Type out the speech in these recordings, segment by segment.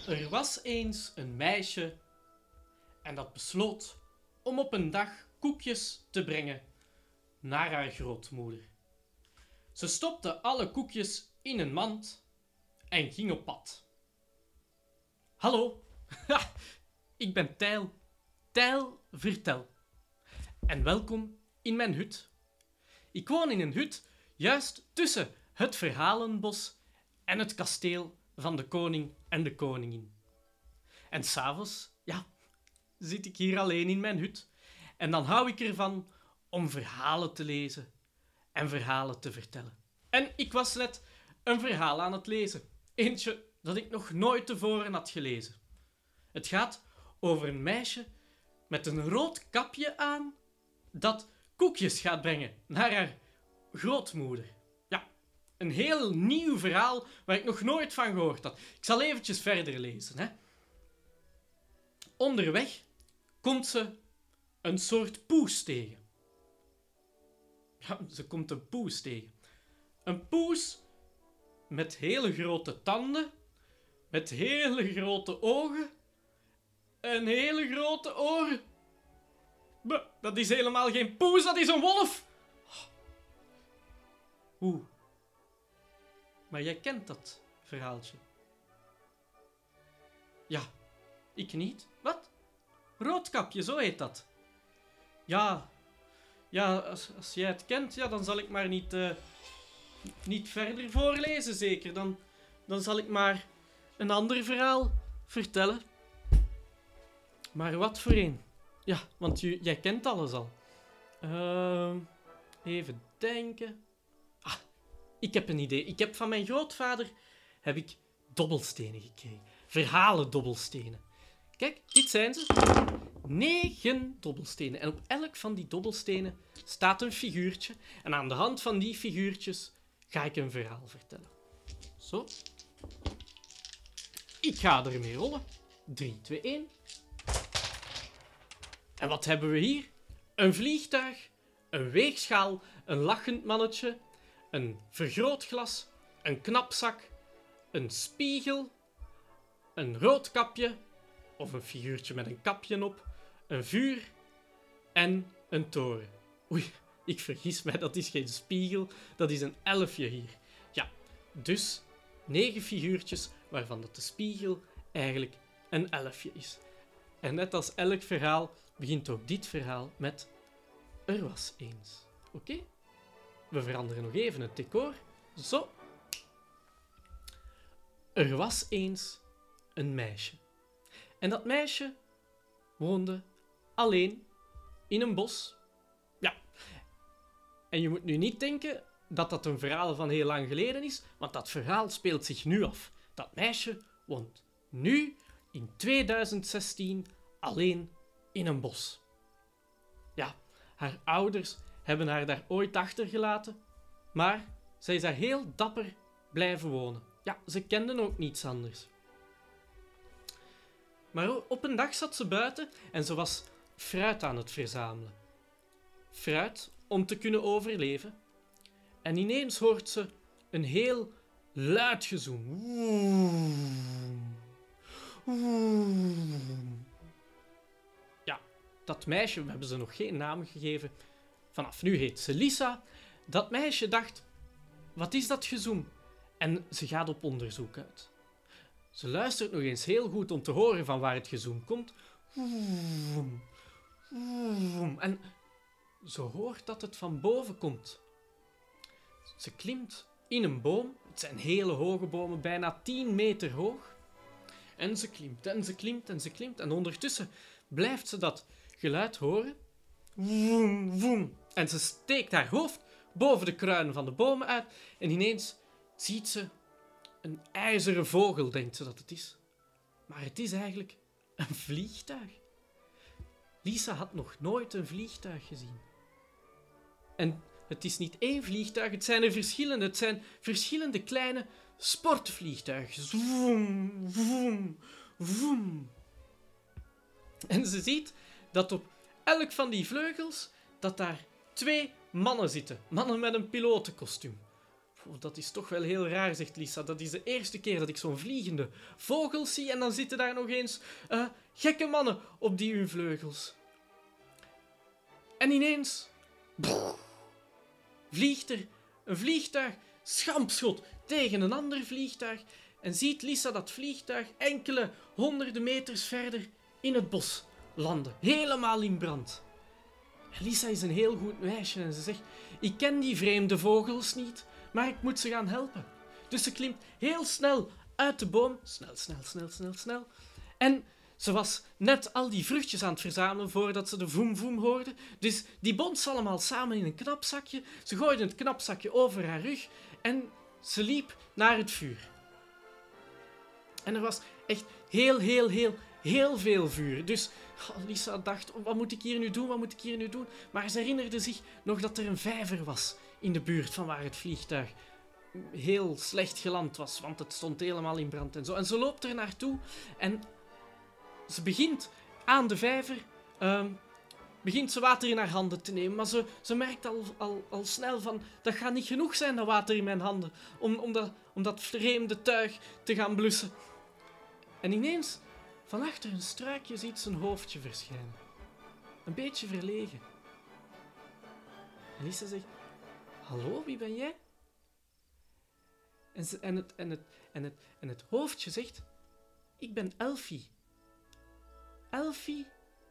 Er was eens een meisje en dat besloot om op een dag koekjes te brengen naar haar grootmoeder. Ze stopte alle koekjes in een mand en ging op pad. Hallo, ik ben Tijl. Tijl vertel. En welkom in mijn hut. Ik woon in een hut juist tussen het verhalenbos en het kasteel van de koning en de koningin. En 's avonds, zit ik hier alleen in mijn hut. En dan hou ik ervan om verhalen te lezen en verhalen te vertellen. En ik was net een verhaal aan het lezen. Eentje dat ik nog nooit tevoren had gelezen. Het gaat over een meisje met een rood kapje aan dat koekjes gaat brengen naar haar grootmoeder. Ja, een heel nieuw verhaal waar ik nog nooit van gehoord had. Ik zal eventjes verder lezen, hè. Onderweg komt ze een soort poes tegen. Ja, ze komt een poes tegen. Een poes met hele grote tanden, met hele grote ogen en hele grote oren. Dat is helemaal geen poes, dat is een wolf. Oeh. Maar jij kent dat verhaaltje. Ja, ik niet. Wat? Roodkapje, zo heet dat. Ja, als jij het kent, dan zal ik maar niet verder voorlezen, zeker. Dan zal ik maar een ander verhaal vertellen. Maar wat voor een? Ja, want jij kent alles al. Even denken. Ik heb een idee. Ik heb van mijn grootvader dobbelstenen gekregen. Verhalen dobbelstenen. Kijk, dit zijn ze. 9 dobbelstenen. En op elk van die dobbelstenen staat een figuurtje. En aan de hand van die figuurtjes ga ik een verhaal vertellen. Zo. Ik ga ermee rollen. 3, 2, 1. En wat hebben we hier? Een vliegtuig, een weegschaal, een lachend mannetje, een vergrootglas, een knapzak, een spiegel, een roodkapje, of een figuurtje met een kapje op, een vuur en een toren. Oei, ik vergis mij, dat is geen spiegel, dat is een elfje hier. Ja, dus 9 figuurtjes waarvan dat de spiegel eigenlijk een elfje is. En net als elk verhaal begint ook dit verhaal met er was eens. Oké? We veranderen nog even het decor. Zo. Er was eens een meisje. En dat meisje woonde alleen in een bos. Ja. En je moet nu niet denken dat dat een verhaal van heel lang geleden is, want dat verhaal speelt zich nu af. Dat meisje woont nu in 2016 alleen in een bos. Ja, haar ouders hebben haar daar ooit achtergelaten, maar zij is daar heel dapper blijven wonen. Ja, ze kenden ook niets anders. Maar op een dag zat ze buiten en ze was fruit aan het verzamelen. Fruit om te kunnen overleven. En ineens hoort ze een heel luid gezoem. Ja, dat meisje, we hebben ze nog geen naam gegeven. Vanaf nu heet ze Lisa. Dat meisje dacht, wat is dat gezoem? En ze gaat op onderzoek uit. Ze luistert nog eens heel goed om te horen van waar het gezoem komt. En ze hoort dat het van boven komt. Ze klimt in een boom. Het zijn hele hoge bomen, bijna 10 meter hoog. En ze klimt en ze klimt en ze klimt. En ondertussen blijft ze dat geluid horen. En ze steekt haar hoofd boven de kruinen van de bomen uit. En ineens ziet ze een ijzeren vogel, denkt ze dat het is. Maar het is eigenlijk een vliegtuig. Lisa had nog nooit een vliegtuig gezien. En het is niet één vliegtuig, het zijn er verschillende. Het zijn verschillende kleine sportvliegtuigen. Zoom, voem, voem. En ze ziet dat op elk van die vleugels dat daar 2 mannen zitten. Mannen met een pilotenkostuum. Dat is toch wel heel raar, zegt Lisa. Dat is de eerste keer dat ik zo'n vliegende vogel zie en dan zitten daar nog eens gekke mannen op die hun vleugels. En ineens vliegt er een vliegtuig schampschot tegen een ander vliegtuig en ziet Lisa dat vliegtuig enkele honderden meters verder in het bos landen, helemaal in brand. En Lisa is een heel goed meisje en ze zegt: ik ken die vreemde vogels niet, maar ik moet ze gaan helpen. Dus ze klimt heel snel uit de boom, snel. En ze was net al die vruchtjes aan het verzamelen voordat ze de voem voem hoorde. Dus die bond ze allemaal samen in een knapzakje. Ze gooide het knapzakje over haar rug en ze liep naar het vuur. En er was echt heel veel vuur. Dus Lisa dacht: wat moet ik hier nu doen? Maar ze herinnerde zich nog dat er een vijver was in de buurt van waar het vliegtuig heel slecht geland was, want het stond helemaal in brand en zo. En ze loopt er naartoe en ze begint aan de vijver, begint ze water in haar handen te nemen, maar ze merkt al snel van: dat gaat niet genoeg zijn, dat water in mijn handen, om dat vreemde tuig te gaan blussen. En ineens, van achter een struikje, ziet ze een hoofdje verschijnen. Een beetje verlegen. En Lisa zegt: hallo, wie ben jij? En het hoofdje zegt: ik ben Elfie. Elfie?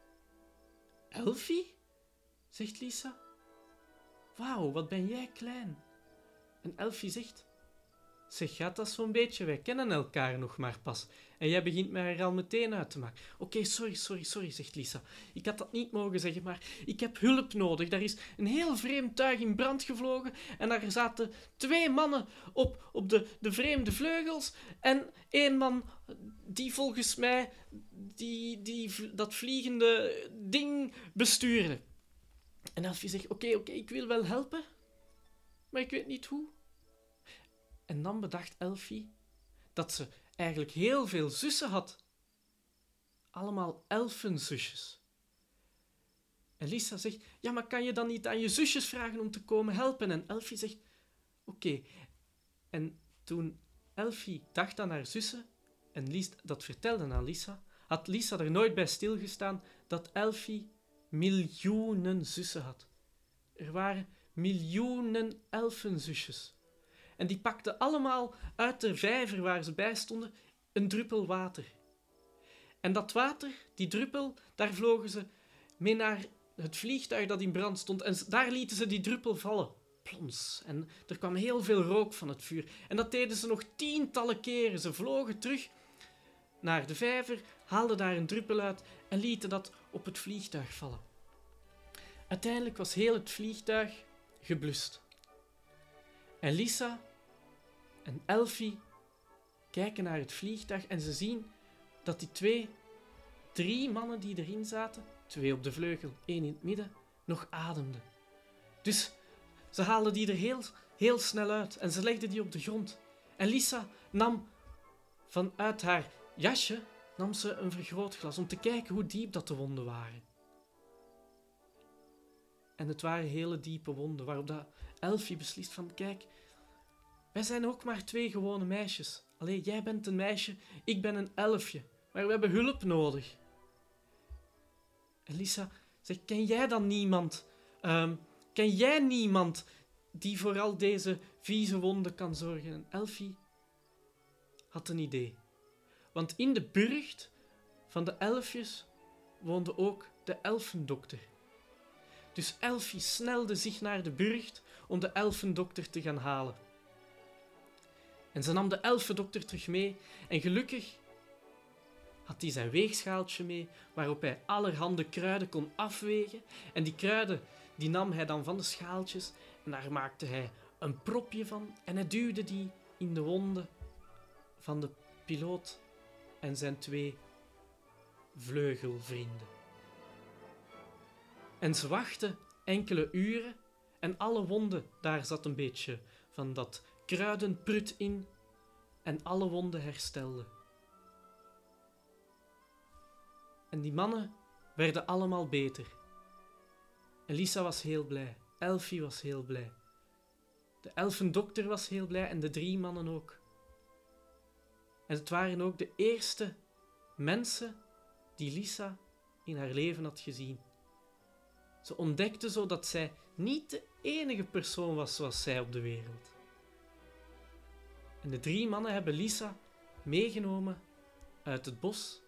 Elfie? Zegt Lisa. Wauw, wat ben jij klein. En Elfie zegt: zeg, gaat dat zo'n beetje? Wij kennen elkaar nog maar pas. En jij begint mij er al meteen uit te maken. Oké, sorry, zegt Lisa. Ik had dat niet mogen zeggen, maar ik heb hulp nodig. Daar is een heel vreemd tuig in brand gevlogen en daar zaten 2 mannen op de vreemde vleugels en 1 man die volgens mij dat vliegende ding bestuurde. En Elfie zegt: oké, ik wil wel helpen, maar ik weet niet hoe. En dan bedacht Elfie dat ze eigenlijk heel veel zussen had. Allemaal elfenzusjes. En Lisa zegt: ja, maar kan je dan niet aan je zusjes vragen om te komen helpen? En Elfie zegt: oké. En toen Elfie dacht aan haar zussen en dat vertelde aan Lisa, had Lisa er nooit bij stilgestaan dat Elfie miljoenen zussen had. Er waren miljoenen elfenzusjes. En die pakten allemaal uit de vijver waar ze bij stonden een druppel water. En dat water, die druppel, daar vlogen ze mee naar het vliegtuig dat in brand stond. En daar lieten ze die druppel vallen. Plons. En er kwam heel veel rook van het vuur. En dat deden ze nog tientallen keren. Ze vlogen terug naar de vijver, haalden daar een druppel uit en lieten dat op het vliegtuig vallen. Uiteindelijk was heel het vliegtuig geblust. En Lisa en Elfie kijken naar het vliegtuig en ze zien dat die 3 mannen die erin zaten, 2 op de vleugel, 1 in het midden, nog ademden. Dus ze haalden die er heel snel uit en ze legden die op de grond. En Lisa nam vanuit haar jasje een vergrootglas om te kijken hoe diep dat de wonden waren. En het waren hele diepe wonden, waarop dat Elfie beslist van: kijk, wij zijn ook maar 2 gewone meisjes. Allee, jij bent een meisje, ik ben een elfje. Maar we hebben hulp nodig. En Lisa zegt: ken jij dan niemand? Ken jij niemand die voor al deze vieze wonden kan zorgen? En Elfie had een idee. Want in de burcht van de elfjes woonde ook de elfendokter. Dus Elfie snelde zich naar de burcht om de elfendokter te gaan halen. En ze nam de elfendokter terug mee en gelukkig had hij zijn weegschaaltje mee waarop hij allerhande kruiden kon afwegen. En die kruiden die nam hij dan van de schaaltjes en daar maakte hij een propje van en hij duwde die in de wonden van de piloot en zijn 2 vleugelvrienden. En ze wachten enkele uren en alle wonden, daar zat een beetje van dat kruidenprut in en alle wonden herstelden. En die mannen werden allemaal beter. En Lisa was heel blij. Elfie was heel blij. De elfendokter was heel blij en de 3 mannen ook. En het waren ook de eerste mensen die Lisa in haar leven had gezien. Ze ontdekte zo dat zij niet de enige persoon was zoals zij op de wereld. En de 3 mannen hebben Lisa meegenomen uit het bos.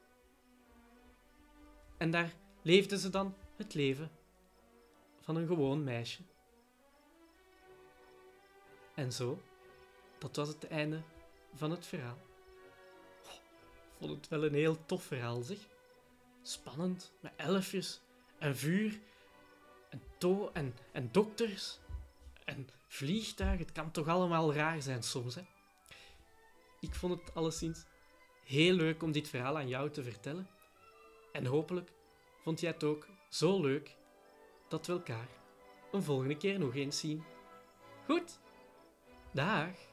En daar leefde ze dan het leven van een gewoon meisje. En zo, dat was het einde van het verhaal. Ik vond het wel een heel tof verhaal, zeg. Spannend, met elfjes en vuur en dokters en vliegtuigen. Het kan toch allemaal raar zijn soms, hè? Ik vond het alleszins heel leuk om dit verhaal aan jou te vertellen. En hopelijk vond jij het ook zo leuk dat we elkaar een volgende keer nog eens zien. Goed, dag!